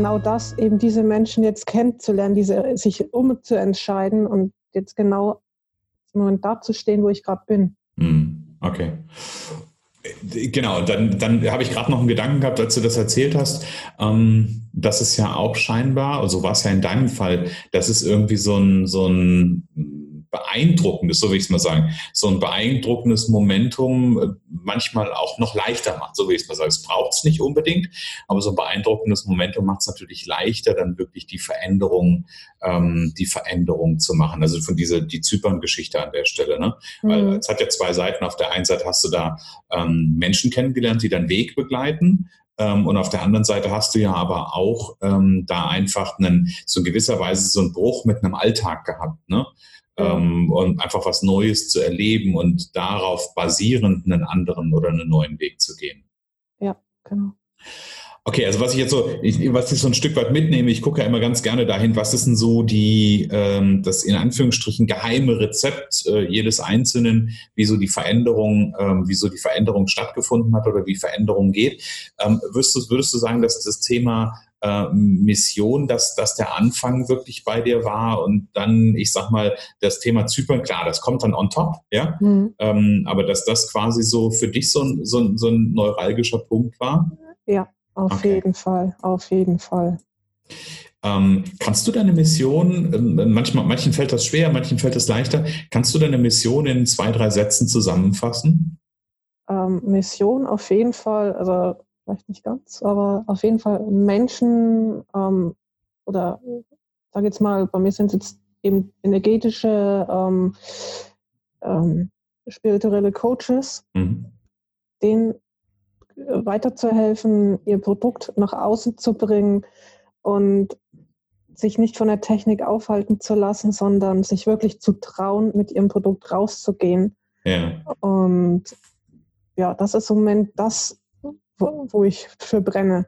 genau das, eben diese Menschen jetzt kennenzulernen, sich umzuentscheiden und jetzt genau im Moment da zu stehen, wo ich gerade bin. Okay. Genau, dann habe ich gerade noch einen Gedanken gehabt, als du das erzählt hast, dass es ja auch scheinbar, also war es ja in deinem Fall, dass es irgendwie so ein beeindruckendes, so will ich es mal sagen, so ein beeindruckendes Momentum manchmal auch noch leichter macht, so will ich es mal sagen. Es braucht es nicht unbedingt, aber so ein beeindruckendes Momentum macht es natürlich leichter, dann wirklich die Veränderung zu machen. Also die Zypern-Geschichte an der Stelle, ne? Weil es hat ja zwei Seiten. Auf der einen Seite hast du da Menschen kennengelernt, die deinen Weg begleiten. Und auf der anderen Seite hast du ja aber auch da einfach so in gewisser Weise so einen Bruch mit einem Alltag gehabt, ne? Ja. Und einfach was Neues zu erleben und darauf basierend einen anderen oder einen neuen Weg zu gehen. Ja, genau. Okay, also was ich so ein Stück weit mitnehme, ich gucke ja immer ganz gerne dahin, was ist denn so das in Anführungsstrichen geheime Rezept jedes Einzelnen, wie so die Veränderung stattgefunden hat oder wie Veränderung geht. Würdest du sagen, dass das Thema Mission, dass der Anfang wirklich bei dir war und dann, ich sag mal, das Thema Zypern, klar, das kommt dann on top, ja, aber dass das quasi so für dich so ein neuralgischer Punkt war? Ja, auf jeden Fall. Kannst du deine Mission, manchen fällt das schwer, manchen fällt das leichter, kannst du deine Mission in 2, 3 Sätzen zusammenfassen? Mission auf jeden Fall, also vielleicht nicht ganz, aber auf jeden Fall Menschen oder sage jetzt mal, bei mir sind es jetzt eben energetische, spirituelle Coaches, denen weiterzuhelfen, ihr Produkt nach außen zu bringen und sich nicht von der Technik aufhalten zu lassen, sondern sich wirklich zu trauen, mit ihrem Produkt rauszugehen. Ja. Und ja, das ist im Moment das, wo ich für brenne.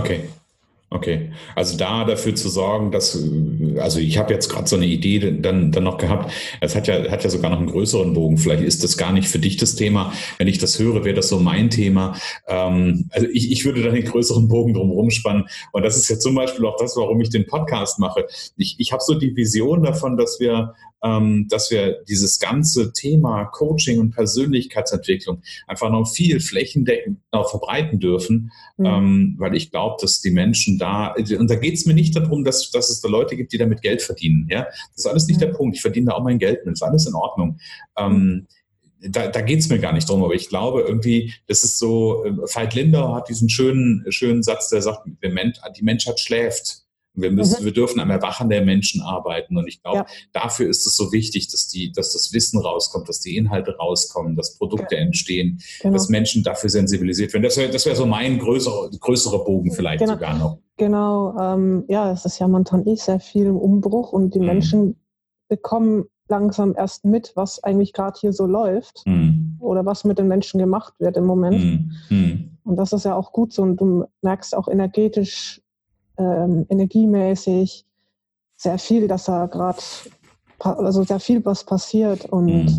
Okay. Also da dafür zu sorgen, also ich habe jetzt gerade so eine Idee dann noch gehabt, es hat ja sogar noch einen größeren Bogen, vielleicht ist das gar nicht für dich das Thema, wenn ich das höre, wäre das so mein Thema, also ich würde da den größeren Bogen drumherum spannen und das ist ja zum Beispiel auch das, warum ich den Podcast mache. Ich habe so die Vision davon, dass wir dieses ganze Thema Coaching und Persönlichkeitsentwicklung einfach noch viel flächendeckend verbreiten dürfen, weil ich glaube, dass die Menschen und da geht es mir nicht darum, dass es da Leute gibt, die damit Geld verdienen. Ja? Das ist alles nicht der Punkt. Ich verdiene da auch mein Geld mit. Das ist alles in Ordnung. Da geht es mir gar nicht drum, aber ich glaube irgendwie, das ist so, Veit Lindau hat diesen schönen Satz, der sagt, die Menschheit schläft. Wir dürfen am Erwachen der Menschen arbeiten. Und ich glaube, dafür ist es so wichtig, dass das Wissen rauskommt, dass die Inhalte rauskommen, dass Produkte entstehen, dass Menschen dafür sensibilisiert werden. Das wär so mein größerer Bogen vielleicht sogar noch. Genau, es ist ja momentan sehr viel im Umbruch und die Menschen bekommen langsam erst mit, was eigentlich gerade hier so läuft oder was mit den Menschen gemacht wird im Moment. Und das ist ja auch gut so und du merkst auch energetisch, energiemäßig sehr viel, dass da gerade, also sehr viel was passiert und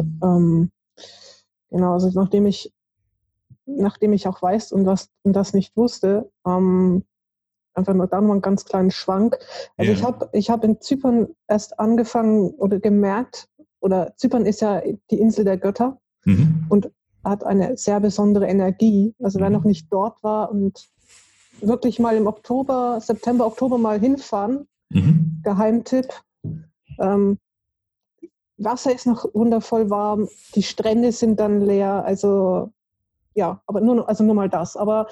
genau, also nachdem ich auch weiß und das nicht wusste, einfach nur da noch einen ganz kleinen Schwank. Also ich hab in Zypern erst angefangen oder gemerkt, oder Zypern ist ja die Insel der Götter und hat eine sehr besondere Energie. Also wer noch nicht dort war und wirklich mal im September, Oktober mal hinfahren. Geheimtipp. Wasser ist noch wundervoll warm, die Strände sind dann leer, also ja, aber nur mal das. Aber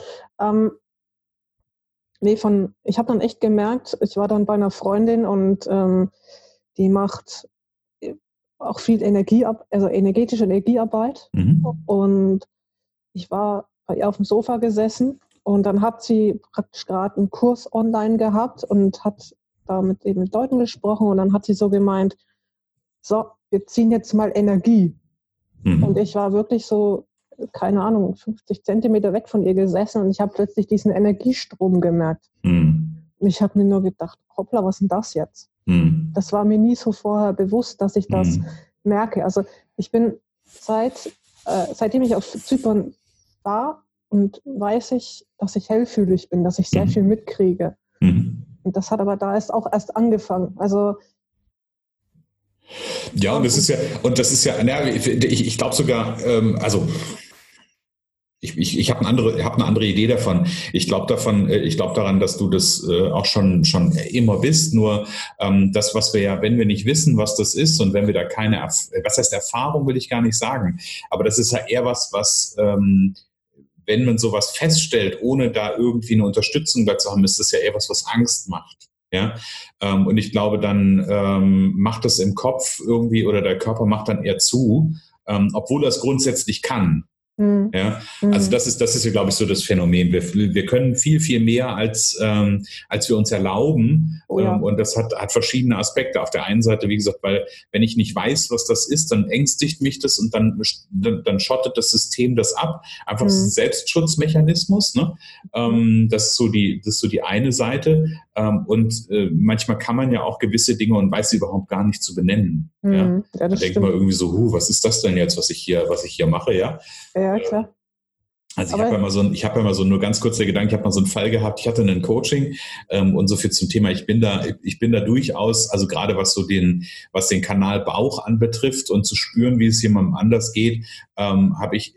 ich habe dann echt gemerkt, ich war dann bei einer Freundin und die macht auch viel energetische Energiearbeit. Und ich war bei ihr auf dem Sofa gesessen und dann hat sie praktisch gerade einen Kurs online gehabt und hat da mit Leuten gesprochen und dann hat sie so gemeint, so, wir ziehen jetzt mal Energie. Und ich war wirklich so, keine Ahnung, 50 Zentimeter weg von ihr gesessen und ich habe plötzlich diesen Energiestrom gemerkt. Und ich habe mir nur gedacht, hoppla, was ist denn das jetzt? Das war mir nie so vorher bewusst, dass ich das merke. Also ich bin seitdem ich auf Zypern war und weiß ich, dass ich hellfühlig bin, dass ich sehr viel mitkriege. Und das hat aber da erst angefangen. Also ja, und das ist ja, ich glaube sogar, also ich habe eine andere Idee davon. Ich glaube daran, dass du das auch schon immer bist. Nur das, was wir ja, wenn wir nicht wissen, was das ist und wenn wir da was heißt Erfahrung, will ich gar nicht sagen. Aber das ist ja eher was wenn man sowas feststellt, ohne da irgendwie eine Unterstützung dazu haben, ist das ja eher was Angst macht. Ja, und ich glaube, dann macht das im Kopf irgendwie oder der Körper macht dann eher zu, obwohl er es grundsätzlich kann. Ja, also das ist ja, glaube ich, so das Phänomen. Wir können viel, viel mehr, als wir uns erlauben. Oh ja. Und das hat verschiedene Aspekte. Auf der einen Seite, wie gesagt, weil wenn ich nicht weiß, was das ist, dann ängstigt mich das und dann schottet das System das ab. Einfach ein Selbstschutzmechanismus. Ne? Das ist so die eine Seite. Und manchmal kann man ja auch gewisse Dinge und weiß sie überhaupt gar nicht zu benennen. Ja, da denkt man irgendwie so, was ist das denn jetzt, was ich hier mache, ja? Ja, klar. Also ich habe ja mal so nur ganz kurz der Gedanke, ich habe mal so einen Fall gehabt, ich hatte ein Coaching und so viel zum Thema, ich bin da durchaus, also gerade was den Kanal Bauch anbetrifft und zu spüren, wie es jemandem anders geht, habe ich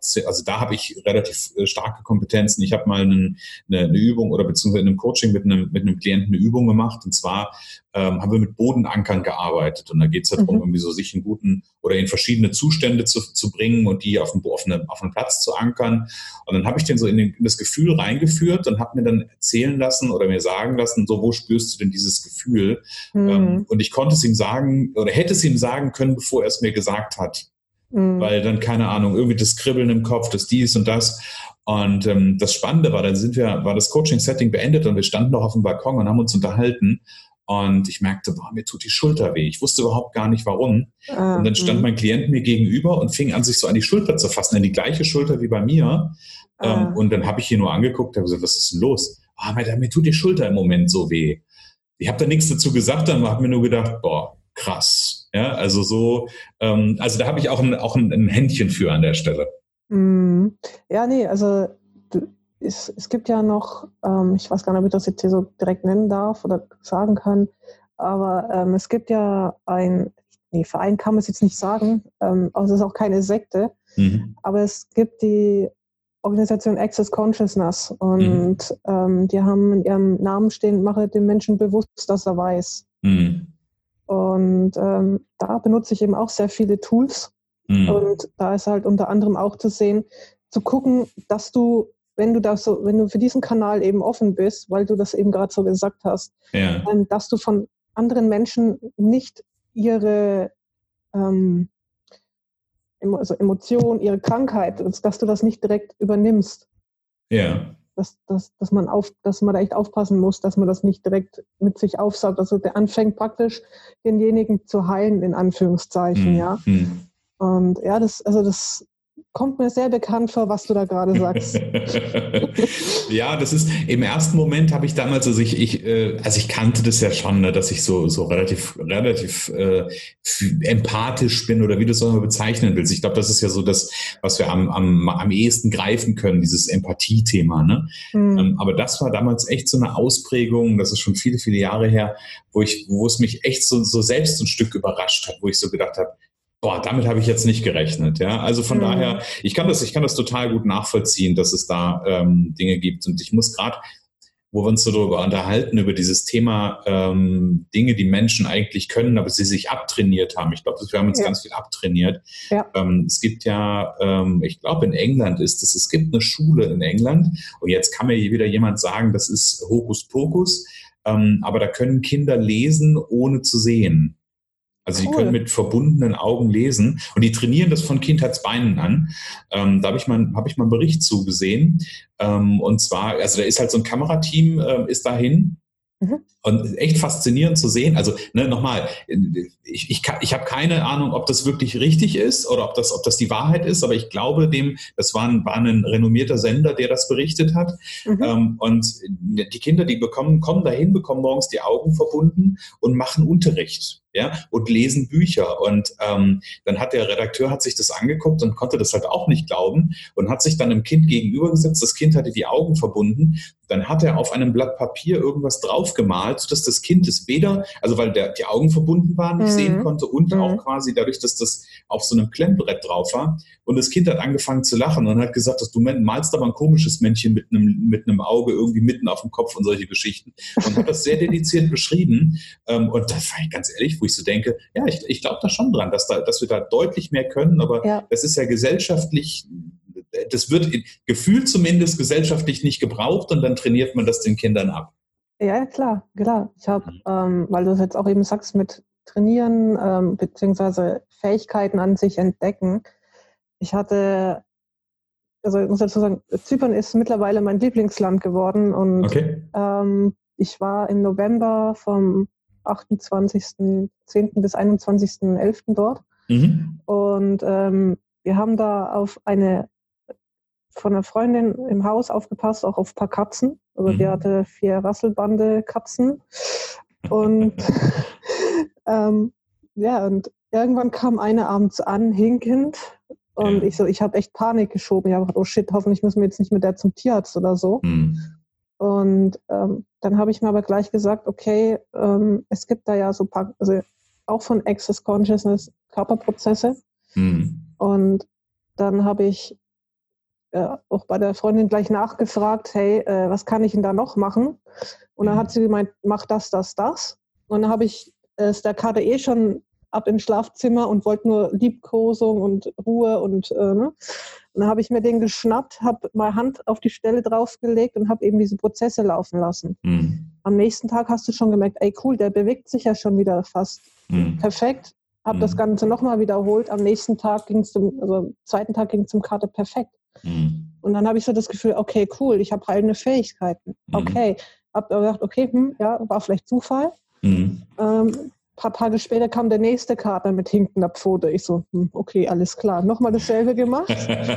relativ starke Kompetenzen. Ich habe mal eine Übung oder beziehungsweise in einem Coaching mit einem Klienten eine Übung gemacht, und zwar haben wir mit Bodenankern gearbeitet, und da geht es darum, irgendwie so sich in guten oder in verschiedene Zustände zu bringen und die auf einen Platz zu ankern. Und dann habe ich den so in das Gefühl reingeführt und habe mir dann erzählen lassen oder mir sagen lassen, so, wo spürst du denn dieses Gefühl? Und ich konnte es ihm sagen oder hätte es ihm sagen können, bevor er es mir gesagt hat. Weil dann, keine Ahnung, irgendwie das Kribbeln im Kopf, das dies und das. Und das Spannende war, war das Coaching-Setting beendet und wir standen noch auf dem Balkon und haben uns unterhalten. Und ich merkte, mir tut die Schulter weh. Ich wusste überhaupt gar nicht, warum. Und dann stand mein Klient mir gegenüber und fing an, sich so an die Schulter zu fassen, an die gleiche Schulter wie bei mir. Und dann habe ich ihn nur angeguckt und habe gesagt, was ist denn los? Mir tut die Schulter im Moment so weh. Ich habe da nichts dazu gesagt, dann habe mir nur gedacht, krass. Ja, also so, also da habe ich auch ein Händchen für an der Stelle. Ja, nee, also es gibt ja noch, ich weiß gar nicht, ob ich das jetzt hier so direkt nennen darf oder sagen kann, aber es gibt ja Verein kann man es jetzt nicht sagen, also es ist auch keine Sekte, aber es gibt die Organisation Access Consciousness und die haben in ihrem Namen stehen, mache dem Menschen bewusst, dass er weiß. Und da benutze ich eben auch sehr viele Tools und da ist halt unter anderem auch zu sehen, zu gucken, dass du, wenn du für diesen Kanal eben offen bist, weil du das eben gerade so gesagt hast, dass du von anderen Menschen nicht ihre Emotionen, ihre Krankheit, dass du das nicht direkt übernimmst. Ja. Dass man da echt aufpassen muss, dass man das nicht direkt mit sich aufsaugt. Also der anfängt praktisch denjenigen zu heilen, in Anführungszeichen, ja. Und ja, das kommt mir sehr bekannt vor, was du da gerade sagst. Ja, das ist, im ersten Moment habe ich damals, also ich kannte das ja schon, ne, dass ich so relativ empathisch bin oder wie du es auch immer bezeichnen willst. Ich glaube, das ist ja so das, was wir am ehesten greifen können, dieses Empathie-Thema, ne? Aber das war damals echt so eine Ausprägung, das ist schon viele, viele Jahre her, wo es mich echt so selbst ein Stück überrascht hat, wo ich so gedacht habe, damit habe ich jetzt nicht gerechnet. Ja, also von daher, ich kann das total gut nachvollziehen, dass es da Dinge gibt. Und ich muss gerade, wo wir uns so darüber unterhalten, über dieses Thema Dinge, die Menschen eigentlich können, aber sie sich abtrainiert haben. Ich glaube, wir haben uns ganz viel abtrainiert. Ja. Es gibt ja, ich glaube, in England es gibt eine Schule in England, und jetzt kann mir wieder jemand sagen, das ist Hokuspokus, aber da können Kinder lesen, ohne zu sehen. Also die können mit verbundenen Augen lesen, und die trainieren das von Kindheitsbeinen an. Da habe ich mal einen Bericht zugesehen. Und zwar, also da ist halt so ein Kamerateam, ist dahin. Und echt faszinierend zu sehen. Also nochmal, ich habe keine Ahnung, ob das wirklich richtig ist oder ob das die Wahrheit ist, aber ich glaube das war ein renommierter Sender, der das berichtet hat. Und die Kinder, die kommen dahin, bekommen morgens die Augen verbunden und machen Unterricht. ja, und lesen Bücher. Und dann hat der Redakteur sich das angeguckt und konnte das halt auch nicht glauben und hat sich dann dem Kind gegenübergesetzt. Das Kind hatte die Augen verbunden. Dann hat er auf einem Blatt Papier irgendwas draufgemalt, sodass das Kind es weder, also weil die Augen verbunden waren, nicht sehen konnte und auch quasi dadurch, dass das auf so einem Klemmbrett drauf war. Und das Kind hat angefangen zu lachen und hat gesagt, dass du malst aber ein komisches Männchen mit einem Auge irgendwie mitten auf dem Kopf und solche Geschichten. Und hat das sehr dediziert beschrieben. Und das war ich ganz ehrlich, wo ich so denke, ja, ich glaube da schon dran, dass wir da deutlich mehr können, aber das ist ja gesellschaftlich, das wird gefühlt zumindest gesellschaftlich nicht gebraucht und dann trainiert man das den Kindern ab. Ja, klar. Ich habe, weil du es jetzt auch eben sagst, mit Trainieren beziehungsweise Fähigkeiten an sich entdecken. Ich muss dazu sagen, Zypern ist mittlerweile mein Lieblingsland geworden und ich war im November vom 28.10. bis 21.11. dort und wir haben da von einer Freundin im Haus aufgepasst, auch auf ein paar Katzen. Also die hatte 4 Rasselbande-Katzen. Und und irgendwann kam eine abends an, hinkend. Und ich habe echt Panik geschoben. Ich habe gedacht, oh shit, hoffentlich müssen wir jetzt nicht mit der zum Tierarzt oder so. Und dann habe ich mir aber gleich gesagt, okay, es gibt da ja so ein paar, also auch von Access Consciousness Körperprozesse. Und dann habe ich auch bei der Freundin gleich nachgefragt, hey, was kann ich denn da noch machen? Und dann hat sie gemeint, mach das. Und dann habe ich der Kater schon ab ins Schlafzimmer und wollte nur Liebkosung und Ruhe und ne? Und dann habe ich mir den geschnappt, habe meine Hand auf die Stelle draufgelegt und habe eben diese Prozesse laufen lassen. Am nächsten Tag hast du schon gemerkt, ey cool, der bewegt sich ja schon wieder fast perfekt. Habe das Ganze nochmal wiederholt. Am nächsten Tag zweiten Tag ging es zum Kater perfekt. Und dann habe ich so das Gefühl, okay, cool, ich habe heilende Fähigkeiten. Okay, habe gedacht, okay, war vielleicht Zufall. Paar Tage später kam der nächste Kater mit hinkender Pfote. Ich so, okay, alles klar. Nochmal dasselbe gemacht.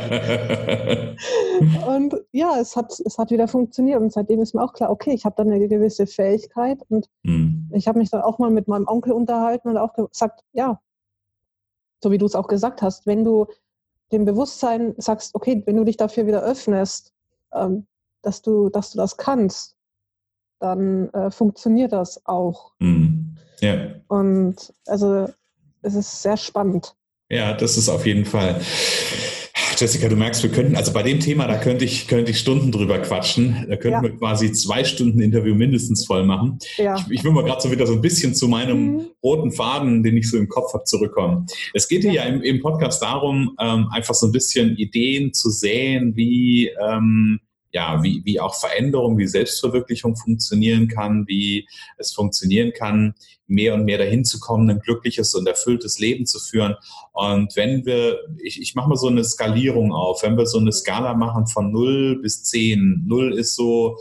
Und ja, es hat wieder funktioniert. Und seitdem ist mir auch klar, okay, ich habe da eine gewisse Fähigkeit. Und ich habe mich dann auch mal mit meinem Onkel unterhalten und auch gesagt, ja, so wie du es auch gesagt hast, wenn du dem Bewusstsein sagst, okay, wenn du dich dafür wieder öffnest, dass du das kannst, dann funktioniert das auch. Ja. Und also es ist sehr spannend. Ja, das ist auf jeden Fall. Jessica, du merkst, wir könnten, also bei dem Thema, da könnte ich Stunden drüber quatschen. Da könnten wir quasi 2 Stunden Interview mindestens voll machen. Ja. Ich will mal gerade so wieder so ein bisschen zu meinem roten Faden, den ich so im Kopf habe, zurückkommen. Es geht hier ja im Podcast darum, einfach so ein bisschen Ideen zu säen, wie auch Veränderung, wie Selbstverwirklichung funktionieren kann, wie es funktionieren kann, mehr und mehr dahin zu kommen, ein glückliches und erfülltes Leben zu führen. Und wenn ich mache mal so eine Skalierung auf, wenn wir so eine Skala machen von 0 bis 10, 0 ist so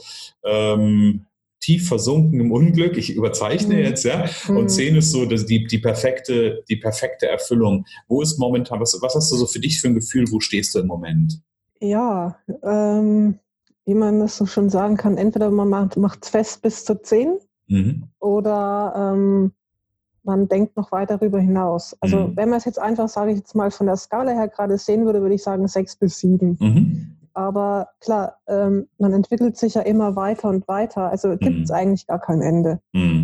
tief versunken im Unglück, ich überzeichne jetzt, ja, und 10 ist so die perfekte Erfüllung. Wo ist momentan, was hast du so für dich für ein Gefühl, wo stehst du im Moment? Ja, wie man das so schon sagen kann, entweder man macht es fest bis zu 10 oder man denkt noch weit darüber hinaus. Also wenn man es jetzt einfach, sage ich jetzt mal, von der Skala her gerade sehen würde, würde ich sagen 6 bis 7. Aber klar, man entwickelt sich ja immer weiter und weiter. Also gibt es eigentlich gar kein Ende.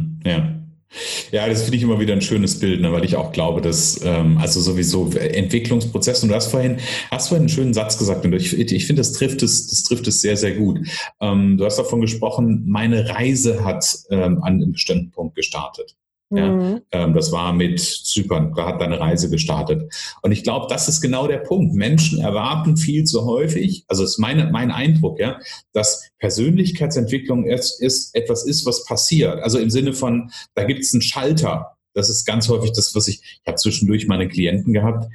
Ja, das finde ich immer wieder ein schönes Bild, ne, weil ich auch glaube, dass also sowieso Entwicklungsprozesse, und du hast vorhin einen schönen Satz gesagt und ich finde, das trifft es sehr, sehr gut. Du hast davon gesprochen, meine Reise hat an einem bestimmten Punkt gestartet. Ja, das war mit Zypern, da hat deine Reise gestartet. Und ich glaube, das ist genau der Punkt. Menschen erwarten viel zu häufig, also ist mein Eindruck, ja, dass Persönlichkeitsentwicklung etwas ist, was passiert. Also im Sinne von, da gibt es einen Schalter. Das ist ganz häufig das, was ich habe zwischendurch meine Klienten gehabt,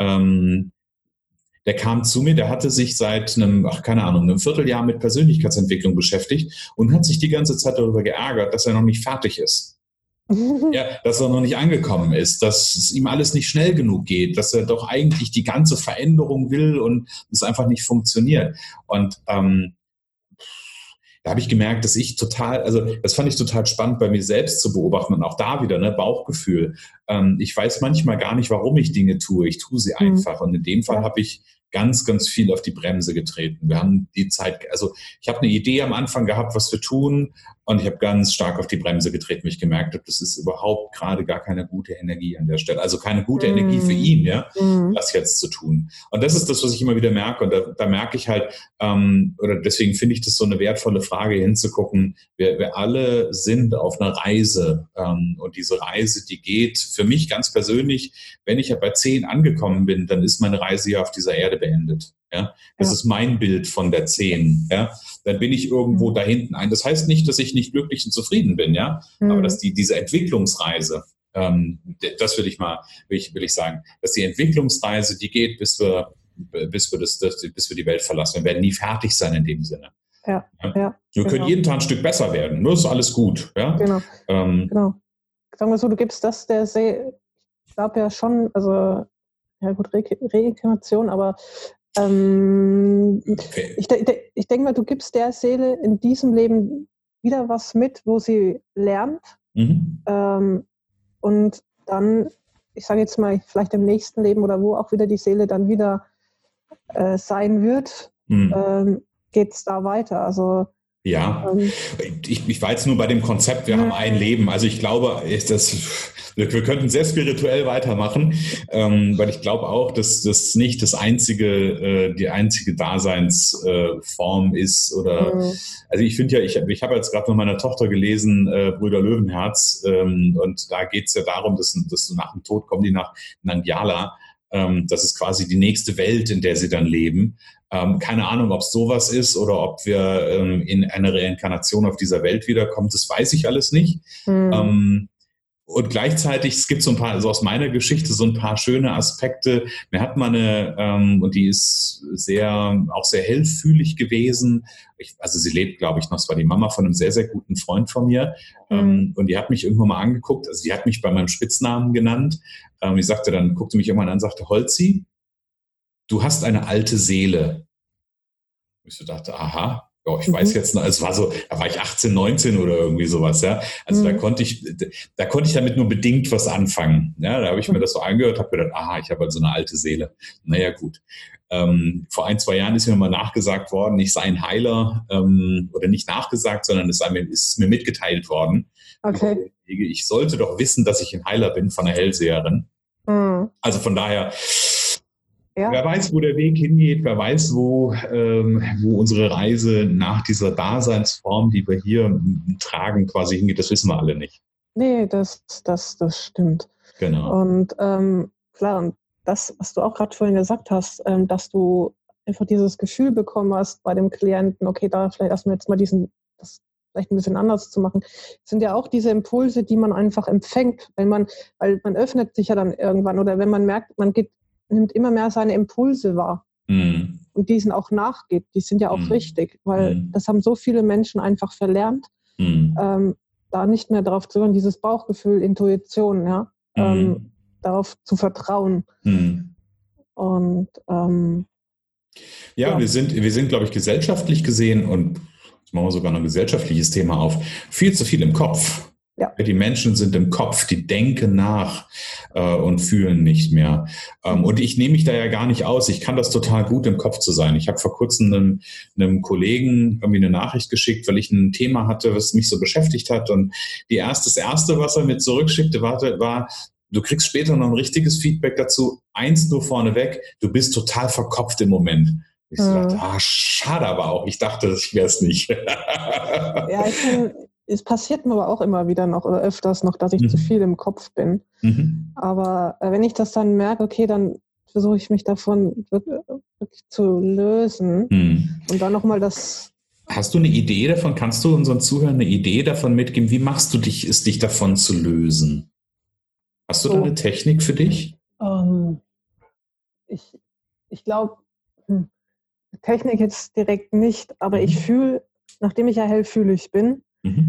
der kam zu mir, der hatte sich seit einem Vierteljahr mit Persönlichkeitsentwicklung beschäftigt und hat sich die ganze Zeit darüber geärgert, dass er noch nicht fertig ist. Ja, dass er noch nicht angekommen ist, dass es ihm alles nicht schnell genug geht, dass er doch eigentlich die ganze Veränderung will und es einfach nicht funktioniert. Und da habe ich gemerkt, dass ich total, also das fand ich total spannend bei mir selbst zu beobachten und auch da wieder, ne, Bauchgefühl. Ich weiß manchmal gar nicht, warum ich Dinge tue. Ich tue sie einfach. Und in dem Fall habe ich ganz, ganz viel auf die Bremse getreten. Wir haben die Zeit, also ich habe eine Idee am Anfang gehabt, was wir tun, und ich habe ganz stark auf die Bremse getreten, weil ich gemerkt habe, das ist überhaupt gerade gar keine gute Energie an der Stelle. Also keine gute Energie für ihn, ja, das jetzt zu tun. Und das ist das, was ich immer wieder merke. Und da merke ich halt, oder deswegen finde ich das so eine wertvolle Frage, hinzugucken. Wir alle sind auf einer Reise. Und diese Reise, die geht für mich ganz persönlich, wenn ich ja bei 10 angekommen bin, dann ist meine Reise ja auf dieser Erde beendet. Ja, das ist mein Bild von der 10. Ja, dann bin ich irgendwo da hinten ein. Das heißt nicht, dass ich nicht glücklich und zufrieden bin, ja, aber dass diese Entwicklungsreise, das will ich sagen, dass die Entwicklungsreise, die geht, bis wir die Welt verlassen. Wir werden nie fertig sein in dem Sinne. Wir können jeden Tag ein Stück besser werden. Nur ist alles gut. Ja? Genau. Sagen wir so, du gibst das der See, ich glaube ja schon, also ja gut, Reinkarnation, aber ich denke mal, du gibst der Seele in diesem Leben wieder was mit, wo sie lernt. Und dann, ich sage jetzt mal, vielleicht im nächsten Leben oder wo auch wieder die Seele dann wieder sein wird, geht es da weiter. Also ja, ich war jetzt nur bei dem Konzept, wir haben ein Leben. Also ich glaube, wir könnten sehr spirituell weitermachen, weil ich glaube auch, dass das nicht die einzige Daseinsform ist. Oder also ich finde ja, ich habe jetzt gerade mit meiner Tochter gelesen, Brüder Löwenherz, und da geht es ja darum, dass nach dem Tod kommen die nach Nangyala. Das ist quasi die nächste Welt, in der sie dann leben. Keine Ahnung, ob es sowas ist oder ob wir in eine Reinkarnation auf dieser Welt wiederkommen. Das weiß ich alles nicht. Und gleichzeitig, es gibt so ein paar, also aus meiner Geschichte, so ein paar schöne Aspekte. Mir hat mal und die ist auch sehr hellfühlig gewesen. Also sie lebt, glaube ich, noch. Es war die Mama von einem sehr, sehr guten Freund von mir. Und die hat mich irgendwann mal angeguckt. Also die hat mich bei meinem Spitznamen genannt. Guckte mich irgendwann an und sagte, Holzi, du hast eine alte Seele. Ich so dachte, aha, ja, ich weiß jetzt noch, es war so, da war ich 18, 19 oder irgendwie sowas, ja. Also da konnte ich damit nur bedingt was anfangen. Ja, da habe ich mir das so angehört, habe gedacht, aha, ich habe halt so eine alte Seele. Naja, gut. Vor 1, 2 Jahren ist mir mal nachgesagt worden, ich sei ein Heiler, oder nicht nachgesagt, sondern ist mir mitgeteilt worden. Okay. Ich sollte doch wissen, dass ich ein Heiler bin von einer Hellseherin. Also von daher, wer weiß, wo der Weg hingeht, wer weiß, wo unsere Reise nach dieser Daseinsform, die wir hier tragen, quasi hingeht, das wissen wir alle nicht. Nee, das stimmt. Genau. Und klar, und das, was du auch gerade vorhin gesagt hast, dass du einfach dieses Gefühl bekommen hast bei dem Klienten, okay, da vielleicht erstmal jetzt mal das vielleicht ein bisschen anders zu machen, sind ja auch diese Impulse, die man einfach empfängt, weil man öffnet sich ja dann irgendwann, oder wenn man merkt, nimmt immer mehr seine Impulse wahr und diesen auch nachgeht, die sind ja auch richtig, weil das haben so viele Menschen einfach verlernt, da nicht mehr darauf zu hören, dieses Bauchgefühl, Intuition, ja, darauf zu vertrauen. Und wir sind, glaube ich, gesellschaftlich gesehen, und jetzt machen wir sogar noch ein gesellschaftliches Thema auf, viel zu viel im Kopf. Ja. Die Menschen sind im Kopf, die denken nach und fühlen nicht mehr. Und ich nehme mich da ja gar nicht aus. Ich kann das total gut, im Kopf zu sein. Ich habe vor kurzem einem Kollegen irgendwie eine Nachricht geschickt, weil ich ein Thema hatte, was mich so beschäftigt hat. Und das Erste, was er mir zurückschickte, war, du kriegst später noch ein richtiges Feedback dazu. Eins nur vorneweg, du bist total verkopft im Moment. Ich dachte, schade aber auch. Ich dachte, ich wäre es nicht. Ja, es passiert mir aber auch immer wieder noch oder öfters noch, dass ich zu viel im Kopf bin. Aber wenn ich das dann merke, okay, dann versuche ich mich davon wirklich zu lösen. Und dann nochmal das... Hast du eine Idee davon? Kannst du unseren Zuhörern eine Idee davon mitgeben? Wie machst du dich davon zu lösen? Hast du da eine Technik für dich? Ich glaube, Technik jetzt direkt nicht, aber ich fühle, nachdem ich ja hellfühlig bin,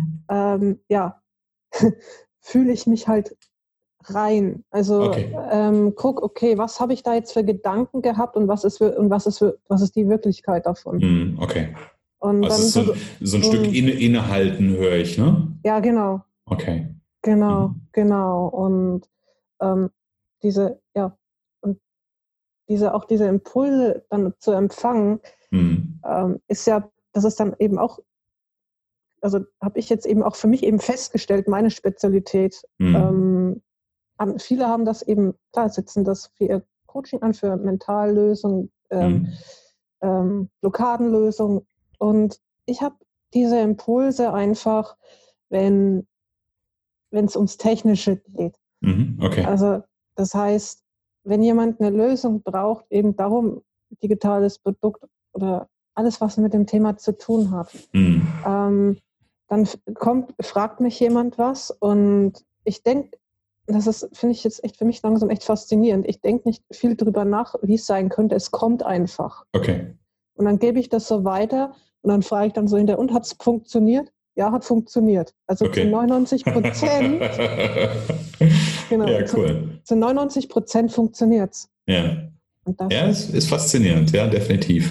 fühle ich mich halt rein. Also guck, okay, was habe ich da jetzt für Gedanken gehabt und was ist die Wirklichkeit davon? Okay. Und also dann so ein Stück innehalten höre ich, ne? Ja, genau. Okay. Genau. Und diese Impulse dann zu empfangen, das ist dann eben auch, also habe ich jetzt eben auch für mich eben festgestellt, meine Spezialität. Viele haben das eben, klar, setzen das für ihr Coaching an, für Mentallösungen, Blockadenlösungen. Und ich habe diese Impulse einfach, wenn es ums Technische geht. Okay. Also das heißt, wenn jemand eine Lösung braucht, eben darum, digitales Produkt oder alles, was mit dem Thema zu tun hat, dann fragt mich jemand was und ich denke, finde ich jetzt echt für mich langsam echt faszinierend. Ich denke nicht viel drüber nach, wie es sein könnte. Es kommt einfach. Okay. Und dann gebe ich das so weiter und dann frage ich dann so hinterher, und hat es funktioniert? Ja, hat funktioniert. Also okay. zu 99%. Genau. Ja, cool. Zu 99% funktioniert es. Ja. Es ist faszinierend, ja, definitiv.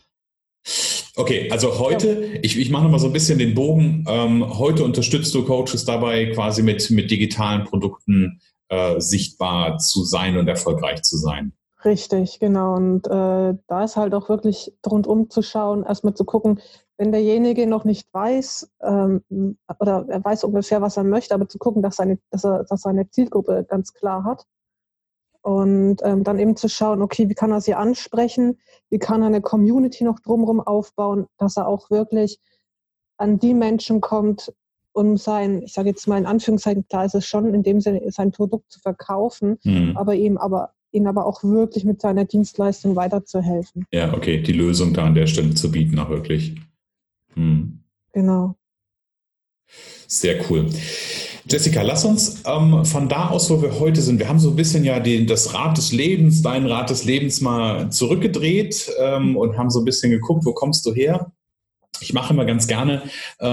Okay, also heute, ich mache nochmal so ein bisschen den Bogen. Heute unterstützt du Coaches dabei, quasi mit digitalen Produkten sichtbar zu sein und erfolgreich zu sein. Richtig, genau. Und da ist halt auch wirklich rundum zu schauen, erstmal zu gucken, wenn derjenige noch nicht weiß oder er weiß ungefähr, was er möchte, aber zu gucken, dass er seine Zielgruppe ganz klar hat. Und dann eben zu schauen, okay, wie kann er sie ansprechen, wie kann er eine Community noch drumherum aufbauen, dass er auch wirklich an die Menschen kommt, um ich sage jetzt mal in Anführungszeichen, klar ist es schon in dem Sinne, sein Produkt zu verkaufen, aber ihnen aber auch wirklich mit seiner Dienstleistung weiterzuhelfen. Ja, okay, die Lösung da an der Stelle zu bieten, auch wirklich. Genau. Sehr cool. Jessica, lass uns von da aus, wo wir heute sind, wir haben so ein bisschen ja das Rad des Lebens, dein Rad des Lebens mal zurückgedreht und haben so ein bisschen geguckt, wo kommst du her? Ich mache immer ganz gerne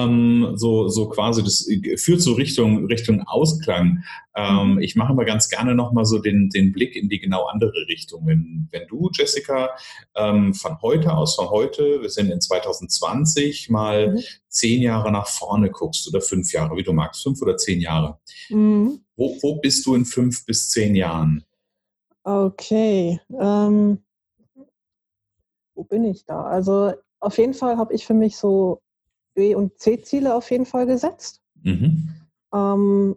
so quasi, das führt so Richtung Ausklang. Ich mache immer ganz gerne nochmal so den Blick in die genau andere Richtung. Wenn du, Jessica, von heute, wir sind in 2020, mal 10 Jahre nach vorne guckst oder 5 Jahre, wie du magst, 5 oder 10 Jahre. Wo bist du in 5 bis 10 Jahren? Okay. Wo bin ich da? Also auf jeden Fall habe ich für mich so B- und C-Ziele auf jeden Fall gesetzt. Von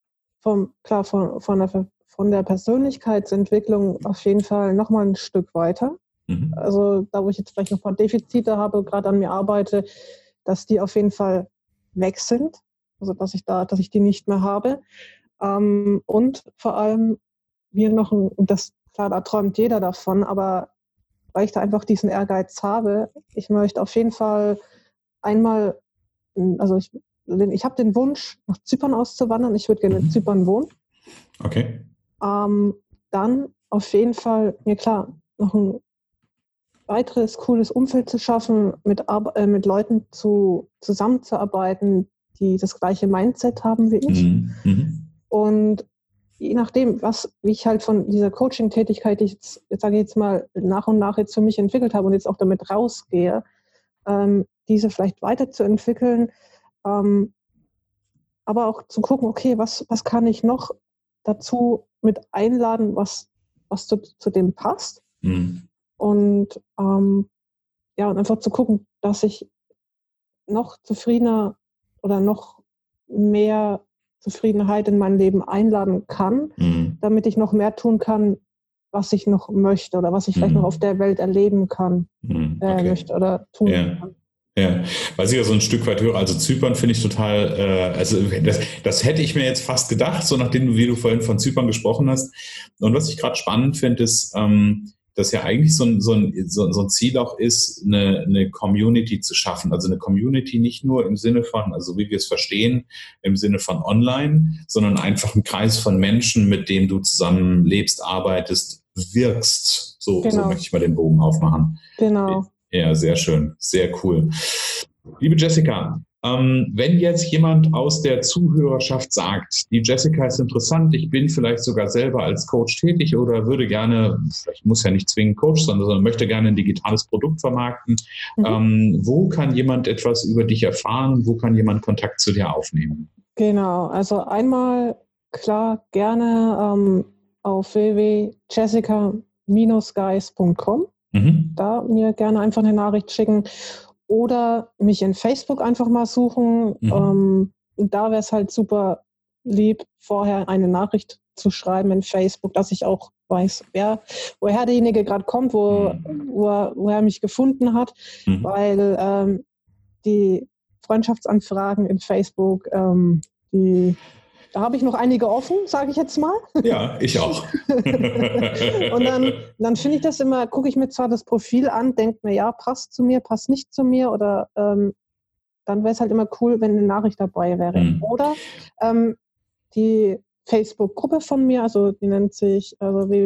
der Persönlichkeitsentwicklung auf jeden Fall nochmal ein Stück weiter. Also da, wo ich jetzt vielleicht noch ein paar Defizite habe, gerade an mir arbeite, dass die auf jeden Fall weg sind. Also dass ich die nicht mehr habe. Und vor allem mir noch klar, da träumt jeder davon, aber weil ich da einfach diesen Ehrgeiz habe. Ich möchte auf jeden Fall einmal, also ich habe den Wunsch, nach Zypern auszuwandern. Ich würde gerne in Zypern wohnen. Okay. Dann auf jeden Fall, mir klar, noch ein weiteres cooles Umfeld zu schaffen, mit Leuten zusammenzuarbeiten, die das gleiche Mindset haben wie ich. Und je nachdem, wie ich halt von dieser Coaching-Tätigkeit, die ich jetzt sage ich jetzt mal, nach und nach jetzt für mich entwickelt habe und jetzt auch damit rausgehe, diese vielleicht weiterzuentwickeln, aber auch zu gucken, okay, was kann ich noch dazu mit einladen, was zu dem passt. Und und einfach zu gucken, dass ich noch zufriedener oder noch mehr Zufriedenheit in mein Leben einladen kann, damit ich noch mehr tun kann, was ich noch möchte oder was ich vielleicht noch auf der Welt erleben kann, möchte oder tun kann. Ja, weil ich ja so ein Stück weit höre, also Zypern finde ich total, also das hätte ich mir jetzt fast gedacht, so nachdem wie du vorhin von Zypern gesprochen hast. Und was ich gerade spannend finde, ist, dass ja eigentlich so ein Ziel auch ist, eine Community zu schaffen. Also eine Community nicht nur im Sinne von, also wie wir es verstehen, im Sinne von online, sondern einfach ein Kreis von Menschen, mit denen du zusammen lebst, arbeitest, wirkst. So möchte ich mal den Bogen aufmachen. Genau. Ja, sehr schön. Sehr cool. Liebe Jessica, Wenn jetzt jemand aus der Zuhörerschaft sagt, die Jessica ist interessant, ich bin vielleicht sogar selber als Coach tätig oder würde gerne, ich muss ja nicht zwingend Coach sein, sondern möchte gerne ein digitales Produkt vermarkten, wo kann jemand etwas über dich erfahren? Wo kann jemand Kontakt zu dir aufnehmen? Genau, also einmal klar gerne auf www.jessica-geis.com. Da mir gerne einfach eine Nachricht schicken oder mich in Facebook einfach mal suchen. Da wäre es halt super lieb, vorher eine Nachricht zu schreiben in Facebook, dass ich auch weiß, woher derjenige gerade kommt, wo er mich gefunden hat, weil die Freundschaftsanfragen in Facebook, da habe ich noch einige offen, sage ich jetzt mal. Ja, ich auch. Und dann finde ich das immer, gucke ich mir zwar das Profil an, denke mir, ja, passt zu mir, passt nicht zu mir oder dann wäre es halt immer cool, wenn eine Nachricht dabei wäre. Oder die Facebook-Gruppe von mir, also die nennt sich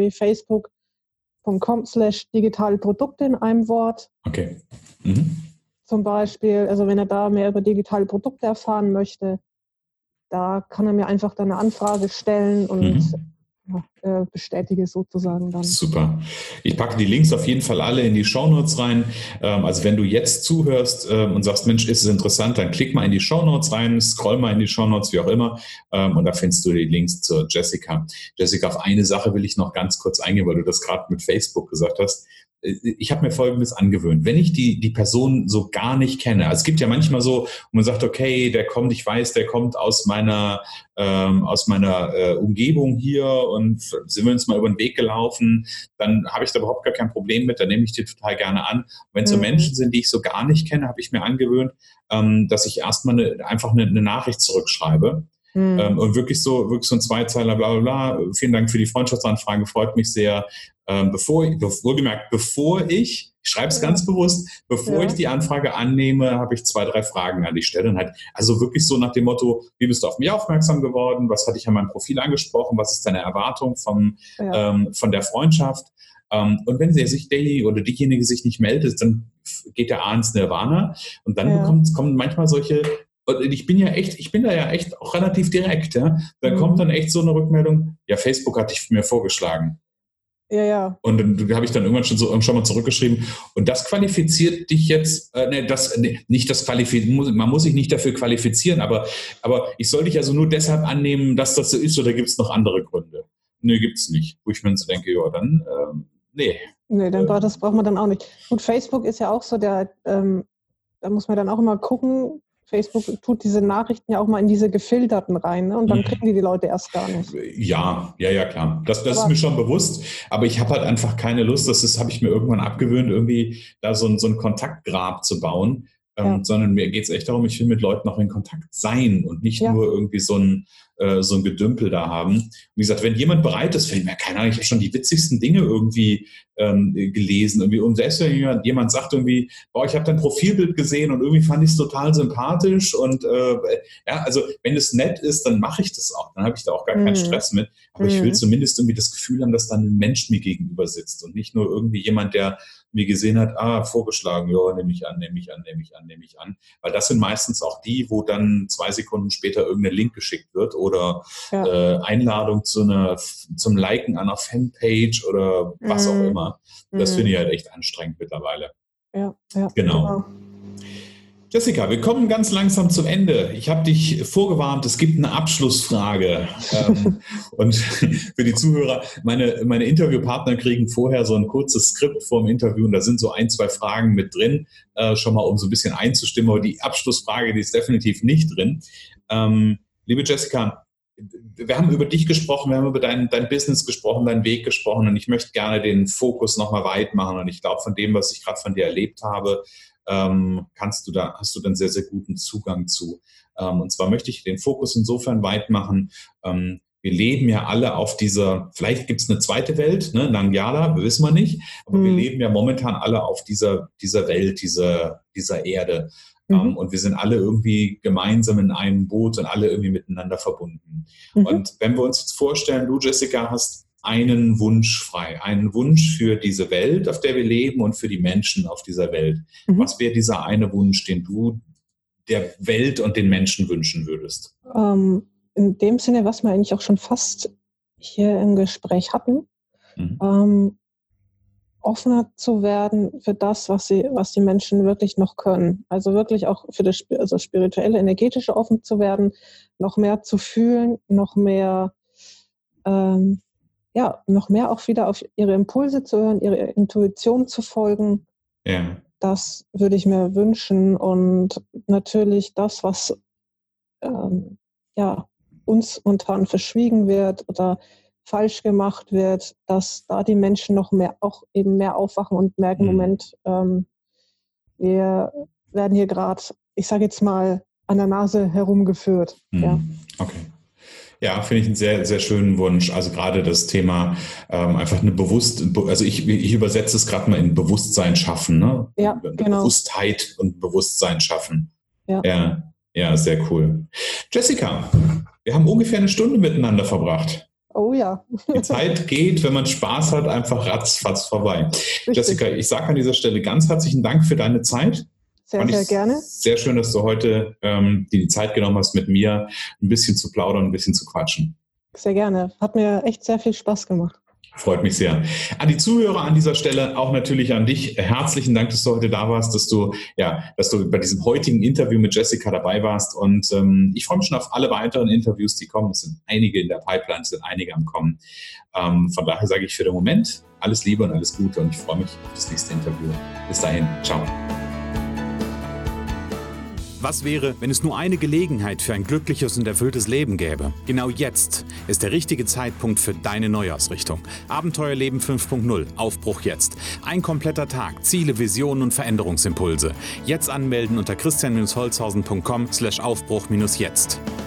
www.facebook.com/digitale Produkte in einem Wort. Okay. Zum Beispiel, also wenn er da mehr über digitale Produkte erfahren möchte, da kann er mir einfach dann eine Anfrage stellen und bestätige sozusagen dann. Super. Ich packe die Links auf jeden Fall alle in die Shownotes rein. Also wenn du jetzt zuhörst und sagst, Mensch, ist es interessant, dann klick mal in die Shownotes rein, scroll mal in die Shownotes, wie auch immer, und da findest du die Links zur Jessica. Jessica, auf eine Sache will ich noch ganz kurz eingehen, weil du das gerade mit Facebook gesagt hast. Ich habe mir Folgendes angewöhnt. Wenn ich die Person so gar nicht kenne, also es gibt ja manchmal so, wo man sagt, okay, ich weiß, der kommt aus meiner Umgebung hier und sind wir uns mal über den Weg gelaufen, dann habe ich da überhaupt gar kein Problem mit, dann nehme ich die total gerne an. Wenn es so Menschen sind, die ich so gar nicht kenne, habe ich mir angewöhnt, dass ich erstmal einfach eine Nachricht zurückschreibe. Und wirklich so ein Zweizeiler, bla bla bla. Vielen Dank für die Freundschaftsanfrage, freut mich sehr. Ich schreibe es ganz bewusst, bevor ich die Anfrage annehme, habe ich 2, 3 Fragen an die Stelle. Und halt, also wirklich so nach dem Motto, wie bist du auf mich aufmerksam geworden? Was hat dich an meinem Profil angesprochen? Was ist deine Erwartung von der Freundschaft? Und wenn diejenige sich nicht meldet, dann geht der A ins Nirvana. Und dann kommen manchmal solche. Und ich bin da ja echt auch relativ direkt, ja. Da kommt dann echt so eine Rückmeldung, ja, Facebook hat dich mir vorgeschlagen. Ja. Und dann habe ich dann irgendwann schon mal zurückgeschrieben. Und das qualifiziert dich jetzt, man muss sich nicht dafür qualifizieren, aber ich soll dich also nur deshalb annehmen, dass das so ist, oder gibt es noch andere Gründe? Nee, gibt es nicht. Wo ich mir so denke, ja, dann, nee. Nee, das braucht man dann auch nicht. Gut, Facebook ist ja auch so da muss man dann auch immer gucken. Facebook tut diese Nachrichten ja auch mal in diese gefilterten rein, ne? Und dann kriegen die Leute erst gar nicht. Ja, klar. Das ist mir schon bewusst, aber ich habe halt einfach keine Lust, das habe ich mir irgendwann abgewöhnt, irgendwie da so ein Kontaktgrab zu bauen, sondern mir geht es echt darum, ich will mit Leuten auch in Kontakt sein und nicht nur irgendwie so ein Gedümpel da haben. Wie gesagt, wenn jemand bereit ist, fällt mir keine Ahnung, ich habe schon die witzigsten Dinge irgendwie gelesen. Und selbst wenn jemand sagt irgendwie, boah, ich habe dein Profilbild gesehen und irgendwie fand ich es total sympathisch und also wenn es nett ist, dann mache ich das auch. Dann habe ich da auch gar keinen Stress mit. Aber ich will zumindest irgendwie das Gefühl haben, dass dann ein Mensch mir gegenüber sitzt und nicht nur irgendwie jemand, der mir gesehen hat, vorgeschlagen, ja, nehme ich an. Weil das sind meistens auch die, wo dann 2 Sekunden später irgendein Link geschickt wird oder Einladung zum Liken an einer Fanpage oder was auch immer. Das finde ich halt echt anstrengend mittlerweile. Ja. Genau. Jessica, wir kommen ganz langsam zum Ende. Ich habe dich vorgewarnt, es gibt eine Abschlussfrage. Und für die Zuhörer, meine Interviewpartner kriegen vorher so ein kurzes Skript vor dem Interview und da sind so 1, 2 Fragen mit drin, schon mal um so ein bisschen einzustimmen. Aber die Abschlussfrage, die ist definitiv nicht drin. Liebe Jessica, wir haben über dich gesprochen, wir haben über dein Business gesprochen, deinen Weg gesprochen und ich möchte gerne den Fokus nochmal weit machen und ich glaube, von dem, was ich gerade von dir erlebt habe, hast du dann sehr, sehr guten Zugang zu. Und zwar möchte ich den Fokus insofern weit machen, wir leben ja alle auf vielleicht gibt es eine zweite Welt, ne, Nangyala, wissen wir nicht, aber wir leben ja momentan alle auf dieser Welt, dieser Erde. Und wir sind alle irgendwie gemeinsam in einem Boot und alle irgendwie miteinander verbunden. Und wenn wir uns jetzt vorstellen, du, Jessica, hast einen Wunsch frei, einen Wunsch für diese Welt, auf der wir leben und für die Menschen auf dieser Welt. Was wäre dieser eine Wunsch, den du der Welt und den Menschen wünschen würdest? In dem Sinne, was wir eigentlich auch schon fast hier im Gespräch hatten, offener zu werden für das, was die Menschen wirklich noch können. Also wirklich auch für das spirituelle, energetische offen zu werden, noch mehr zu fühlen, noch mehr auch wieder auf ihre Impulse zu hören, ihre Intuition zu folgen. Ja. Das würde ich mir wünschen. Und natürlich das, was uns momentan verschwiegen wird oder falsch gemacht wird, dass da die Menschen noch mehr aufwachen und merken, Moment, wir werden hier gerade, ich sage jetzt mal, an der Nase herumgeführt. Ja. Okay. Ja, finde ich einen sehr, sehr schönen Wunsch. Also gerade das Thema einfach also ich übersetze es gerade mal in Bewusstsein schaffen, ne? Ja, genau. Bewusstheit und Bewusstsein schaffen. Ja. Ja, sehr cool. Jessica, wir haben ungefähr eine Stunde miteinander verbracht. Oh ja. Die Zeit geht, wenn man Spaß hat, einfach ratzfatz vorbei. Richtig. Jessica, ich sage an dieser Stelle ganz herzlichen Dank für deine Zeit. Sehr, sehr gerne. Sehr schön, dass du heute die Zeit genommen hast, mit mir ein bisschen zu plaudern, ein bisschen zu quatschen. Sehr gerne. Hat mir echt sehr viel Spaß gemacht. Freut mich sehr. An die Zuhörer an dieser Stelle, auch natürlich an dich. Herzlichen Dank, dass du heute da warst, dass du bei diesem heutigen Interview mit Jessica dabei warst. Und ich freue mich schon auf alle weiteren Interviews, die kommen. Es sind einige in der Pipeline, es sind einige am Kommen. Von daher sage ich für den Moment alles Liebe und alles Gute und ich freue mich auf das nächste Interview. Bis dahin, ciao. Was wäre, wenn es nur eine Gelegenheit für ein glückliches und erfülltes Leben gäbe? Genau jetzt ist der richtige Zeitpunkt für deine Neuausrichtung. Abenteuerleben 5.0, Aufbruch jetzt. Ein kompletter Tag, Ziele, Visionen und Veränderungsimpulse. Jetzt anmelden unter christian-holzhausen.com/Aufbruch-jetzt.